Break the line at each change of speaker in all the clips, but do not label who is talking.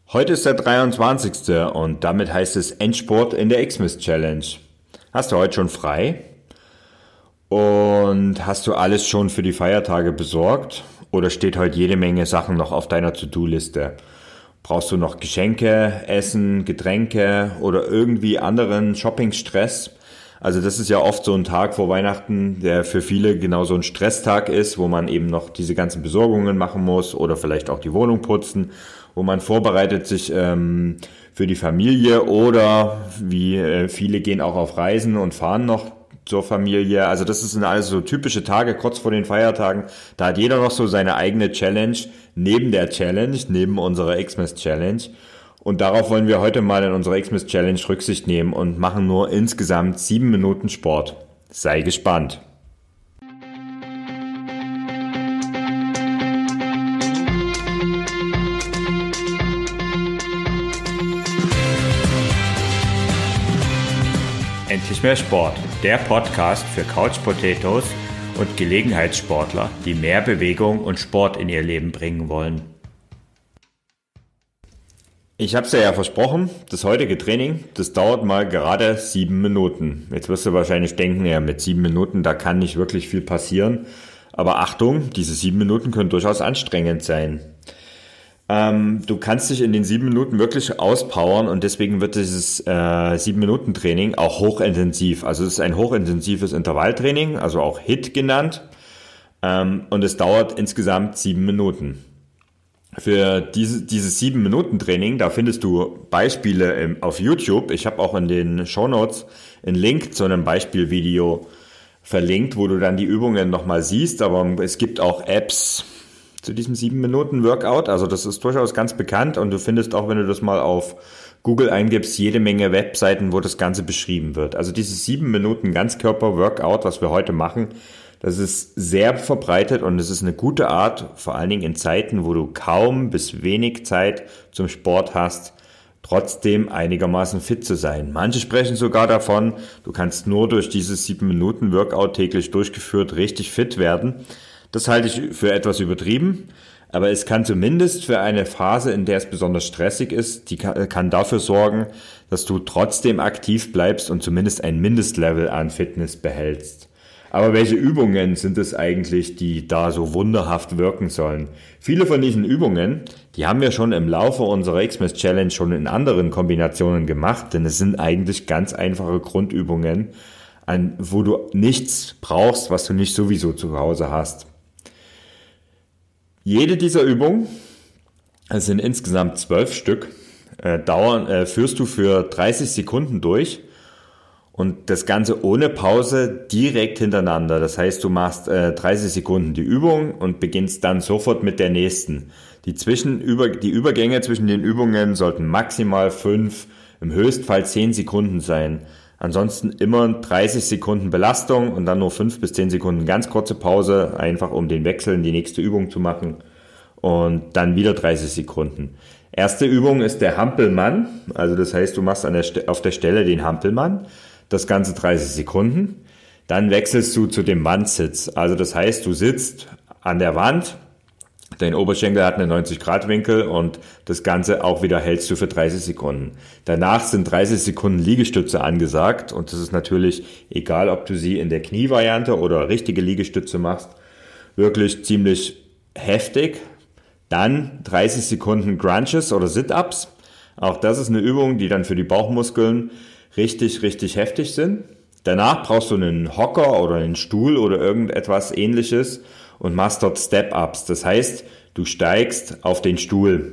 Heute ist der 23. und damit heißt es Endspurt in der Xmas Challenge. Hast du heute schon frei? Und hast du alles schon für die Feiertage besorgt? Oder steht heute jede Menge Sachen noch auf deiner To-Do-Liste? Brauchst du noch Geschenke, Essen, Getränke oder irgendwie anderen Shoppingstress? Also das ist ja oft so ein Tag vor Weihnachten, der für viele genau so ein Stresstag ist, wo man eben noch diese ganzen Besorgungen machen muss oder vielleicht auch die Wohnung putzen, wo man vorbereitet sich für die Familie oder wie viele gehen auch auf Reisen und fahren noch zur Familie. Also das sind alles so typische Tage kurz vor den Feiertagen. Da hat jeder noch so seine eigene Challenge neben der Challenge, neben unserer Xmas Challenge. Und darauf wollen wir heute mal in unserer Xmas Challenge Rücksicht nehmen und machen nur insgesamt 7 Minuten Sport. Sei gespannt. Endlich mehr Sport, der Podcast für Couch Potatoes und Gelegenheitssportler, die mehr Bewegung und Sport in ihr Leben bringen wollen. Ich habe es dir ja versprochen, das heutige Training, das dauert mal gerade 7 Minuten. Jetzt wirst du wahrscheinlich denken, ja, mit 7 Minuten, da kann nicht wirklich viel passieren. Aber Achtung, diese 7 Minuten können durchaus anstrengend sein. Du kannst dich in den 7 Minuten wirklich auspowern und deswegen wird dieses 7-Minuten-Training auch hochintensiv. Also es ist ein hochintensives Intervalltraining, also auch HIIT genannt. Und es dauert insgesamt 7 Minuten. Für dieses 7-Minuten-Training, da findest du Beispiele auf YouTube. Ich habe auch in den Shownotes einen Link zu einem Beispielvideo verlinkt, wo du dann die Übungen nochmal siehst. Aber es gibt auch Apps zu diesem 7-Minuten-Workout. Also das ist durchaus ganz bekannt und du findest auch, wenn du das mal auf Google eingibst, jede Menge Webseiten, wo das Ganze beschrieben wird. Also dieses 7-Minuten-Ganzkörper-Workout, was wir heute machen, das ist sehr verbreitet und es ist eine gute Art, vor allen Dingen in Zeiten, wo du kaum bis wenig Zeit zum Sport hast, trotzdem einigermaßen fit zu sein. Manche sprechen sogar davon, du kannst nur durch dieses 7-Minuten-Workout täglich durchgeführt richtig fit werden. Das halte ich für etwas übertrieben, aber es kann zumindest für eine Phase, in der es besonders stressig ist, die kann dafür sorgen, dass du trotzdem aktiv bleibst und zumindest ein Mindestlevel an Fitness behältst. Aber welche Übungen sind es eigentlich, die da so wunderhaft wirken sollen? Viele von diesen Übungen, die haben wir schon im Laufe unserer Xmas Challenge schon in anderen Kombinationen gemacht, denn es sind eigentlich ganz einfache Grundübungen, wo du nichts brauchst, was du nicht sowieso zu Hause hast. Jede dieser Übungen, es sind insgesamt 12 Stück, führst du für 30 Sekunden durch. Und das Ganze ohne Pause direkt hintereinander. Das heißt, du machst 30 Sekunden die Übung und beginnst dann sofort mit der nächsten. Die Übergänge zwischen den Übungen sollten maximal 5, im Höchstfall 10 Sekunden sein. Ansonsten immer 30 Sekunden Belastung und dann nur 5 bis 10 Sekunden ganz kurze Pause, einfach um den Wechsel in die nächste Übung zu machen. Und dann wieder 30 Sekunden. Erste Übung ist der Hampelmann. Also das heißt, du machst auf der Stelle den Hampelmann. Das Ganze 30 Sekunden. Dann wechselst du zu dem Wandsitz. Also das heißt, du sitzt an der Wand, dein Oberschenkel hat einen 90-Grad-Winkel und das Ganze auch wieder hältst du für 30 Sekunden. Danach sind 30 Sekunden Liegestütze angesagt und das ist natürlich egal, ob du sie in der Knievariante oder richtige Liegestütze machst, wirklich ziemlich heftig. Dann 30 Sekunden Crunches oder Sit-Ups. Auch das ist eine Übung, die dann für die Bauchmuskeln richtig, richtig heftig sind. Danach brauchst du einen Hocker oder einen Stuhl oder irgendetwas Ähnliches und machst dort Step-Ups. Das heißt, du steigst auf den Stuhl.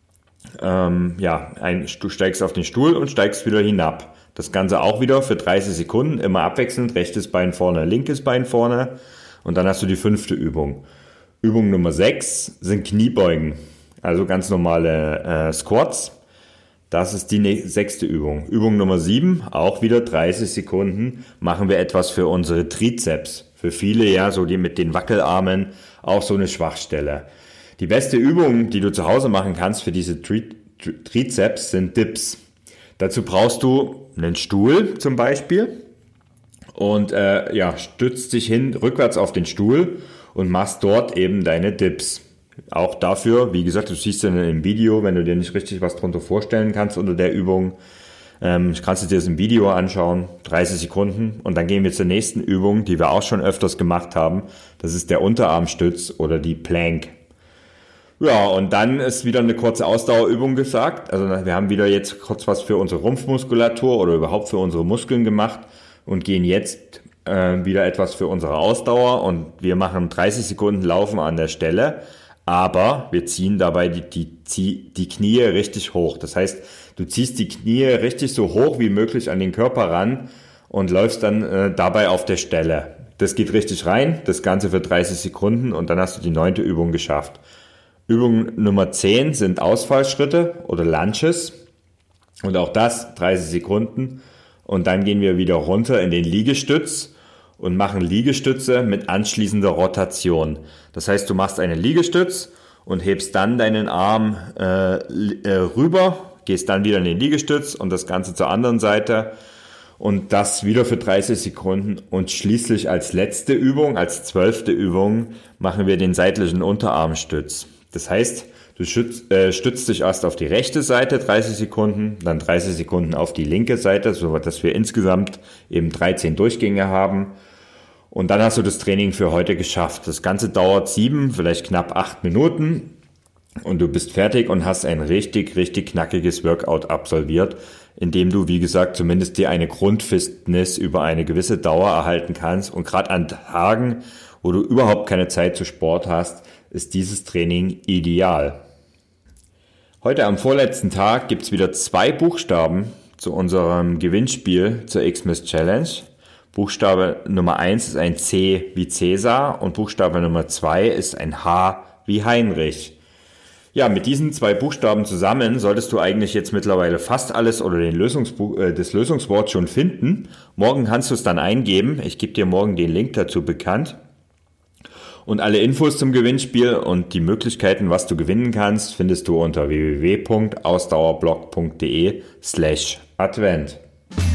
Du steigst auf den Stuhl und steigst wieder hinab. Das Ganze auch wieder für 30 Sekunden, immer abwechselnd, rechtes Bein vorne, linkes Bein vorne. Und dann hast du die 5. Übung. Übung Nummer 6 sind Kniebeugen, also ganz normale Squats. Das ist die 6. Übung. Übung Nummer 7, auch wieder 30 Sekunden, machen wir etwas für unsere Trizeps. Für viele ja, so die mit den Wackelarmen, auch so eine Schwachstelle. Die beste Übung, die du zu Hause machen kannst für diese Trizeps, sind Dips. Dazu brauchst du einen Stuhl zum Beispiel und stützt dich rückwärts auf den Stuhl und machst dort eben deine Dips. auch dafür, wie gesagt, du siehst dann im Video, wenn du dir nicht richtig was drunter vorstellen kannst unter der Übung, kannst du dir das im Video anschauen, 30 Sekunden. Und dann gehen wir zur nächsten Übung, die wir auch schon öfters gemacht haben. Das ist der Unterarmstütz oder die Plank. Ja, und dann ist wieder eine kurze Ausdauerübung gesagt. Also wir haben wieder jetzt kurz was für unsere Rumpfmuskulatur oder überhaupt für unsere Muskeln gemacht und gehen jetzt wieder etwas für unsere Ausdauer. Und wir machen 30 Sekunden Laufen an der Stelle. Aber wir ziehen dabei die Knie richtig hoch. Das heißt, du ziehst die Knie richtig so hoch wie möglich an den Körper ran und läufst dann dabei auf der Stelle. Das geht richtig rein, das Ganze für 30 Sekunden und dann hast du die 9. Übung geschafft. Übung Nummer 10 sind Ausfallschritte oder Lunges und auch das 30 Sekunden. Und dann gehen wir wieder runter in den Liegestütz und machen Liegestütze mit anschließender Rotation. Das heißt, du machst einen Liegestütz und hebst dann deinen Arm rüber, gehst dann wieder in den Liegestütz und das Ganze zur anderen Seite und das wieder für 30 Sekunden. Und schließlich als letzte Übung, als 12. Übung, machen wir den seitlichen Unterarmstütz. Das heißt, du stützt dich erst auf die rechte Seite 30 Sekunden, dann 30 Sekunden auf die linke Seite, so dass wir insgesamt eben 13 Durchgänge haben. Und dann hast du das Training für heute geschafft. Das Ganze dauert 7, vielleicht knapp 8 Minuten und du bist fertig und hast ein richtig, richtig knackiges Workout absolviert, indem du, wie gesagt, zumindest dir eine Grundfitness über eine gewisse Dauer erhalten kannst. Und gerade an Tagen, wo du überhaupt keine Zeit zu Sport hast, ist dieses Training ideal. Heute am vorletzten Tag gibt's wieder 2 Buchstaben zu unserem Gewinnspiel zur Xmas Challenge. Buchstabe Nummer 1 ist ein C wie Cäsar und Buchstabe Nummer 2 ist ein H wie Heinrich. Ja, mit diesen 2 Buchstaben zusammen solltest du eigentlich jetzt mittlerweile fast alles oder das Lösungswort schon finden. Morgen kannst du es dann eingeben. Ich gebe dir morgen den Link dazu bekannt. Und alle Infos zum Gewinnspiel und die Möglichkeiten, was du gewinnen kannst, findest du unter www.ausdauerblog.de/Advent.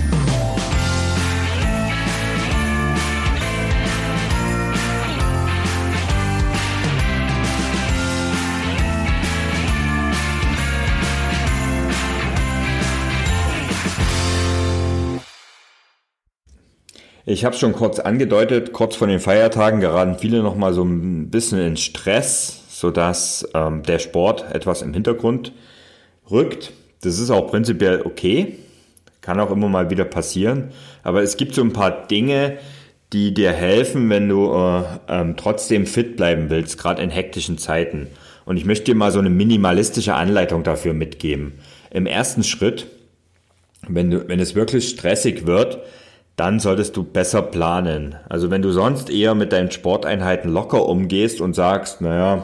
Ich habe schon kurz angedeutet, kurz vor den Feiertagen geraten viele nochmal so ein bisschen in Stress, sodass der Sport etwas im Hintergrund rückt. Das ist auch prinzipiell okay, kann auch immer mal wieder passieren, aber es gibt so ein paar Dinge, die dir helfen, wenn du trotzdem fit bleiben willst, gerade in hektischen Zeiten. Und ich möchte dir mal so eine minimalistische Anleitung dafür mitgeben. Im ersten Schritt, wenn es wirklich stressig wird, dann solltest du besser planen. Also wenn du sonst eher mit deinen Sporteinheiten locker umgehst und sagst,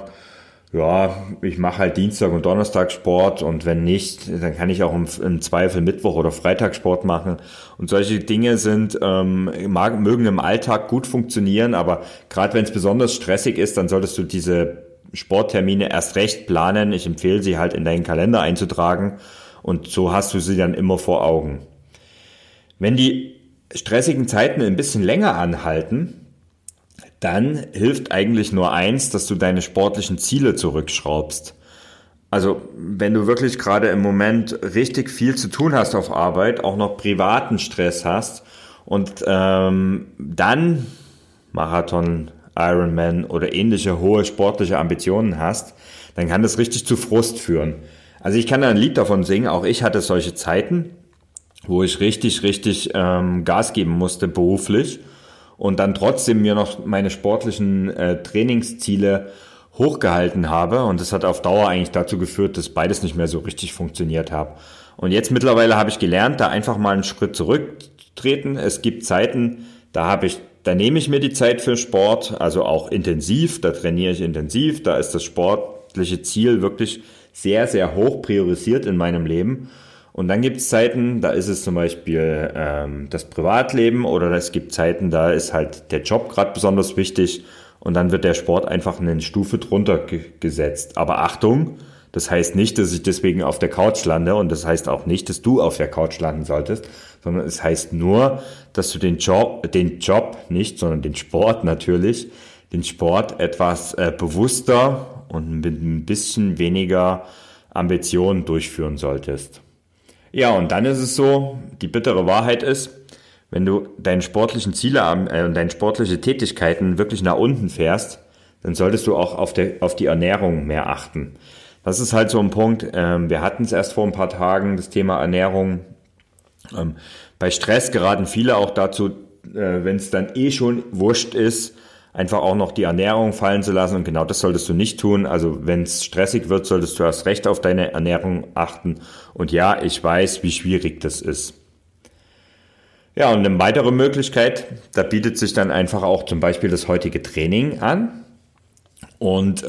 ich mache halt Dienstag und Donnerstag Sport und wenn nicht, dann kann ich auch im Zweifel Mittwoch oder Freitag Sport machen. Und solche Dinge mögen im Alltag gut funktionieren, aber gerade wenn es besonders stressig ist, dann solltest du diese Sporttermine erst recht planen. Ich empfehle sie halt in deinen Kalender einzutragen und so hast du sie dann immer vor Augen. Wenn die stressigen Zeiten ein bisschen länger anhalten, dann hilft eigentlich nur eins, dass du deine sportlichen Ziele zurückschraubst. Also wenn du wirklich gerade im Moment richtig viel zu tun hast auf Arbeit, auch noch privaten Stress hast und dann Marathon, Ironman oder ähnliche hohe sportliche Ambitionen hast, dann kann das richtig zu Frust führen. Also ich kann da ein Lied davon singen, auch ich hatte solche Zeiten, wo ich richtig Gas geben musste beruflich und dann trotzdem mir noch meine sportlichen Trainingsziele hochgehalten habe und das hat auf Dauer eigentlich dazu geführt, dass beides nicht mehr so richtig funktioniert hat. Und jetzt mittlerweile habe ich gelernt, da einfach mal einen Schritt zurückzutreten. Es gibt Zeiten, da nehme ich mir die Zeit für Sport, also auch intensiv, da trainiere ich intensiv, da ist das sportliche Ziel wirklich sehr, sehr hoch priorisiert in meinem Leben. Und dann gibt es Zeiten, da ist es zum Beispiel das Privatleben oder es gibt Zeiten, da ist halt der Job gerade besonders wichtig und dann wird der Sport einfach eine Stufe drunter gesetzt. Aber Achtung, das heißt nicht, dass ich deswegen auf der Couch lande und das heißt auch nicht, dass du auf der Couch landen solltest, sondern es heißt nur, dass du den Sport natürlich, den Sport etwas bewusster und mit ein bisschen weniger Ambition durchführen solltest. Ja, und dann ist es so, die bittere Wahrheit ist, wenn du deine sportlichen Ziele und deine sportliche Tätigkeiten wirklich nach unten fährst, dann solltest du auch auf die Ernährung mehr achten. Das ist halt so ein Punkt. Wir hatten es erst vor ein paar Tagen, das Thema Ernährung. Bei Stress geraten viele auch dazu, wenn es dann schon wurscht ist, einfach auch noch die Ernährung fallen zu lassen. Und genau das solltest du nicht tun. Also wenn es stressig wird, solltest du erst recht auf deine Ernährung achten. Und ja, ich weiß, wie schwierig das ist. Ja, und eine weitere Möglichkeit, da bietet sich dann einfach auch zum Beispiel das heutige Training an. Und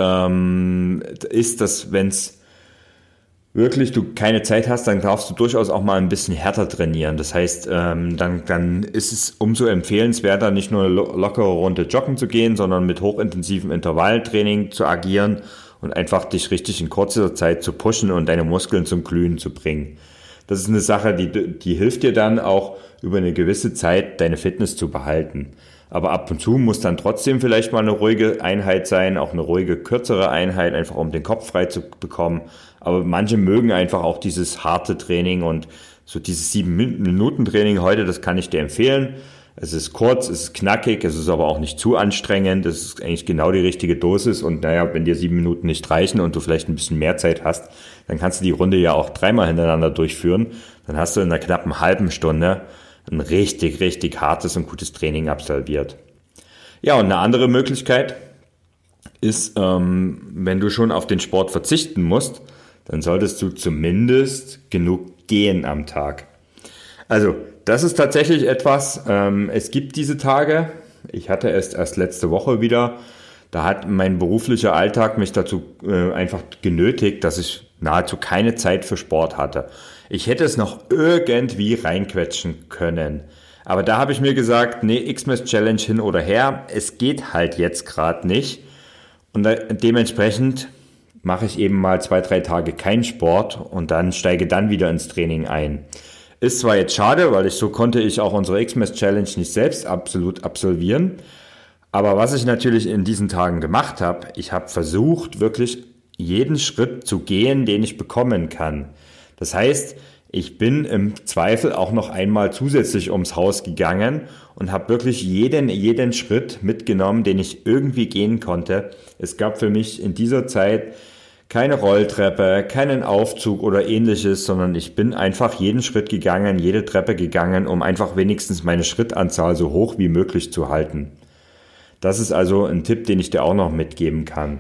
ist das, wenn es wirklich du keine Zeit hast, dann darfst du durchaus auch mal ein bisschen härter trainieren. Das heißt, dann ist es umso empfehlenswerter, nicht nur lockere Runde joggen zu gehen, sondern mit hochintensivem Intervalltraining zu agieren und einfach dich richtig in kurzer Zeit zu pushen und deine Muskeln zum Glühen zu bringen. Das ist eine Sache, die hilft dir dann auch über eine gewisse Zeit deine Fitness zu behalten. Aber ab und zu muss dann trotzdem vielleicht mal eine ruhige Einheit sein, auch eine ruhige, kürzere Einheit, einfach um den Kopf frei zu bekommen. Aber manche mögen einfach auch dieses harte Training und so dieses 7-Minuten-Training heute, das kann ich dir empfehlen. Es ist kurz, es ist knackig, es ist aber auch nicht zu anstrengend. Es ist eigentlich genau die richtige Dosis. Und naja, wenn dir 7 Minuten nicht reichen und du vielleicht ein bisschen mehr Zeit hast, dann kannst du die Runde ja auch 3-mal hintereinander durchführen. Dann hast du in einer knappen halben Stunde ein richtig, richtig hartes und gutes Training absolviert. Ja, und eine andere Möglichkeit ist, wenn du schon auf den Sport verzichten musst, dann solltest du zumindest genug gehen am Tag. Also, das ist tatsächlich etwas, es gibt diese Tage, ich hatte es erst letzte Woche wieder, da hat mein beruflicher Alltag mich dazu einfach genötigt, dass ich nahezu keine Zeit für Sport hatte. Ich hätte es noch irgendwie reinquetschen können. Aber da habe ich mir gesagt, nee, Xmas Challenge hin oder her, es geht halt jetzt gerade nicht. Und dementsprechend mache ich eben mal 2-3 Tage keinen Sport und dann steige dann wieder ins Training ein. Ist zwar jetzt schade, weil so konnte ich auch unsere Xmas Challenge nicht selbst absolut absolvieren. Aber was ich natürlich in diesen Tagen gemacht habe, ich habe versucht, wirklich jeden Schritt zu gehen, den ich bekommen kann. Das heißt, ich bin im Zweifel auch noch einmal zusätzlich ums Haus gegangen und habe wirklich jeden Schritt mitgenommen, den ich irgendwie gehen konnte. Es gab für mich in dieser Zeit keine Rolltreppe, keinen Aufzug oder ähnliches, sondern ich bin einfach jeden Schritt gegangen, jede Treppe gegangen, um einfach wenigstens meine Schrittanzahl so hoch wie möglich zu halten. Das ist also ein Tipp, den ich dir auch noch mitgeben kann.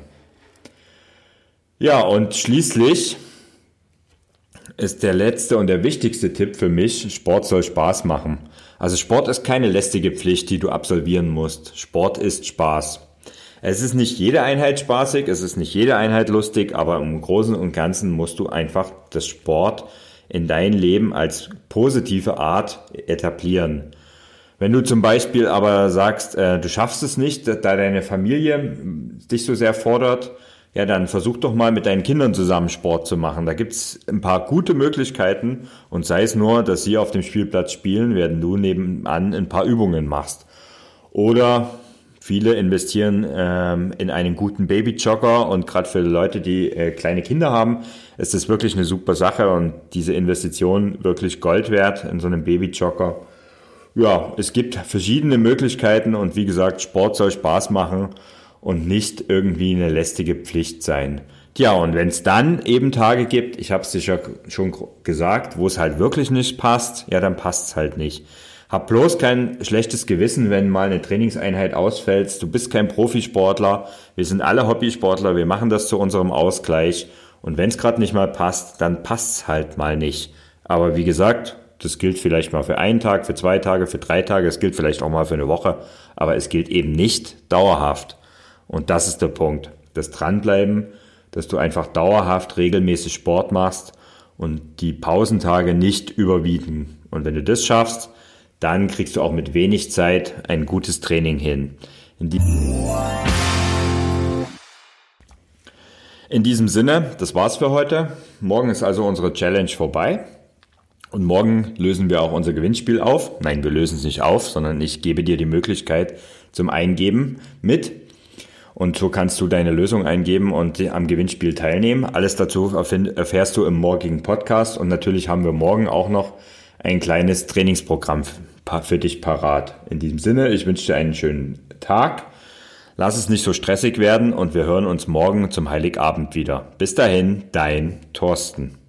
Ja, und schließlich ist der letzte und der wichtigste Tipp für mich, Sport soll Spaß machen. Also Sport ist keine lästige Pflicht, die du absolvieren musst. Sport ist Spaß. Es ist nicht jede Einheit spaßig, es ist nicht jede Einheit lustig, aber im Großen und Ganzen musst du einfach das Sport in dein Leben als positive Art etablieren. Wenn du zum Beispiel aber sagst, du schaffst es nicht, da deine Familie dich so sehr fordert, ja, dann versuch doch mal mit deinen Kindern zusammen Sport zu machen. Da gibt's ein paar gute Möglichkeiten und sei es nur, dass sie auf dem Spielplatz spielen, während du nebenan ein paar Übungen machst. Oder viele investieren in einen guten Babyjogger und gerade für Leute, die kleine Kinder haben, ist das wirklich eine super Sache und diese Investition wirklich Gold wert in so einem Babyjogger. Ja, es gibt verschiedene Möglichkeiten und wie gesagt, Sport soll Spaß machen und nicht irgendwie eine lästige Pflicht sein. Tja, und wenn es dann eben Tage gibt, ich habe es dir schon gesagt, wo es halt wirklich nicht passt, ja, dann passt es halt nicht. Hab bloß kein schlechtes Gewissen, wenn mal eine Trainingseinheit ausfällt. Du bist kein Profisportler, wir sind alle Hobbysportler, wir machen das zu unserem Ausgleich. Und wenn es gerade nicht mal passt, dann passt es halt mal nicht. Aber wie gesagt, das gilt vielleicht mal für einen Tag, für 2 Tage, für 3 Tage, es gilt vielleicht auch mal für eine Woche, aber es gilt eben nicht dauerhaft. Und das ist der Punkt, das Dranbleiben, dass du einfach dauerhaft regelmäßig Sport machst und die Pausentage nicht überwiegen. Und wenn du das schaffst, dann kriegst du auch mit wenig Zeit ein gutes Training hin. In diesem Sinne, das war's für heute. Morgen ist also unsere Challenge vorbei. Und morgen lösen wir auch unser Gewinnspiel auf. Nein, wir lösen es nicht auf, sondern ich gebe dir die Möglichkeit zum Eingeben mit. Und so kannst du deine Lösung eingeben und am Gewinnspiel teilnehmen. Alles dazu erfährst du im morgigen Podcast. Und natürlich haben wir morgen auch noch ein kleines Trainingsprogramm für dich parat. In diesem Sinne, ich wünsche dir einen schönen Tag. Lass es nicht so stressig werden und wir hören uns morgen zum Heiligabend wieder. Bis dahin, dein Thorsten.